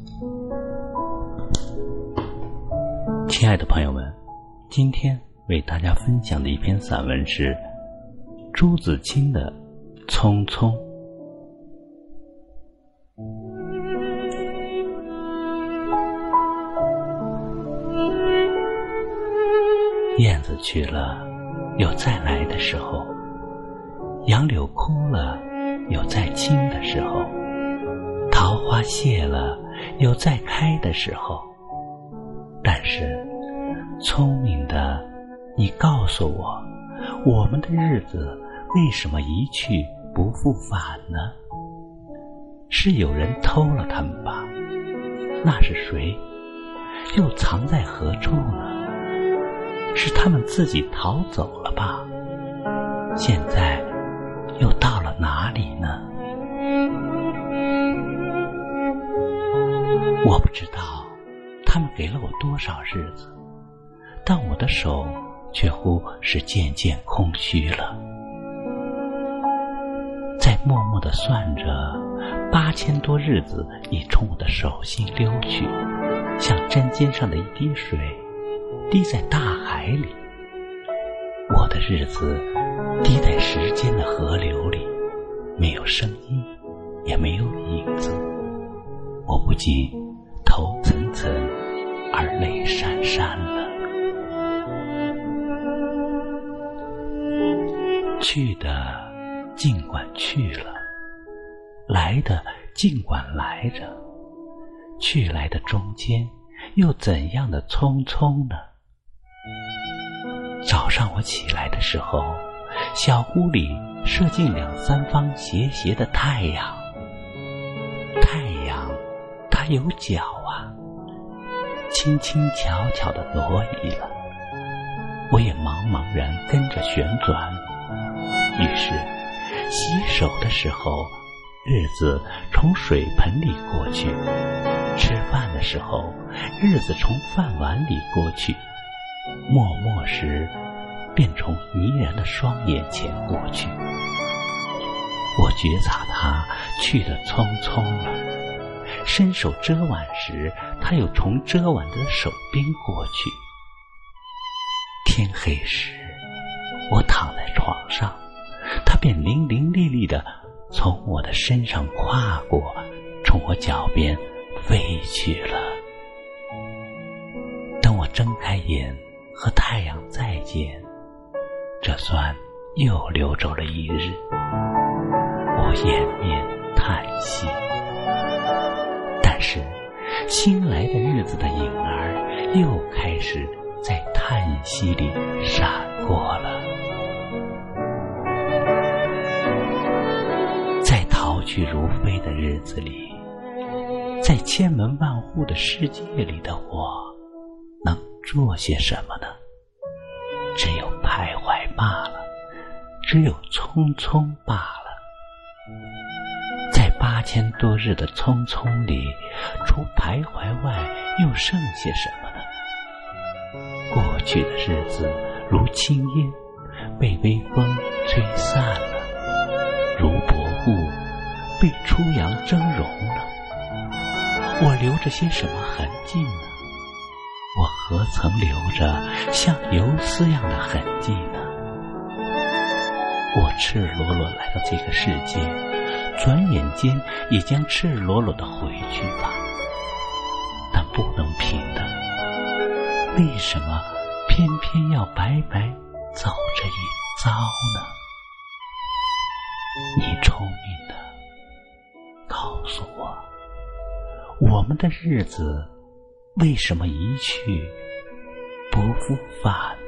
亲爱的朋友们，今天为大家分享的一篇散文是朱自清的《匆匆》。燕子去了，有再来的时候；杨柳枯了，有再青的时候；桃花谢了，有再开的时候。但是，聪明的你告诉我，我们的日子为什么一去不复返呢？是有人偷了它们吧？那是谁？又藏在何处呢？是他们自己逃走了吧？现在又到了哪里呢？我不知道他们给了我多少日子，但我的手却乎是渐渐空虚了。在默默地算着8000多日子已从我的手心溜去，像针尖上的一滴水滴在大海里。我的日子滴在时间的河流里，没有声音，也没有影子。我不禁头涔涔而泪潸潸了。去的尽管去了，来的尽管来着，去来的中间又怎样的匆匆呢？早上我起来的时候，小屋里射进2、3方斜斜的太阳。太阳它有脚啊，轻轻巧巧地挪移了，我也茫茫然跟着旋转。于是洗手的时候，日子从水盆里过去；吃饭的时候，日子从饭碗里过去；默默时，便从迷然的双眼前过去。我觉察它去得匆匆了，伸手遮挽时，它又从遮挽的手边过去。天黑时，我躺在床上，它便伶伶俐俐地从我的身上跨过，从我脚边飞去了。等我睁开眼和太阳再见，这算又溜走了一日。我掩面叹息，但是新来的日子的影儿又开始在叹息里闪过了。在逃去如飞的日子里，在千门万户的世界里的我，能做些什么呢？只有徘徊罢了，只有匆匆罢了。在8000多日的匆匆里，除徘徊外，又剩些什么呢？过去的日子如轻烟，被微风吹散了；如薄雾，被初阳蒸融了。我留着些什么痕迹呢？我何曾留着像游丝样的痕迹呢？我赤裸裸来到这个世界，转眼间也将赤裸裸地回去吧。但不能平的，为什么偏偏要白白走这一遭呢？你聪明的告诉我，我们的日子为什么一去不复返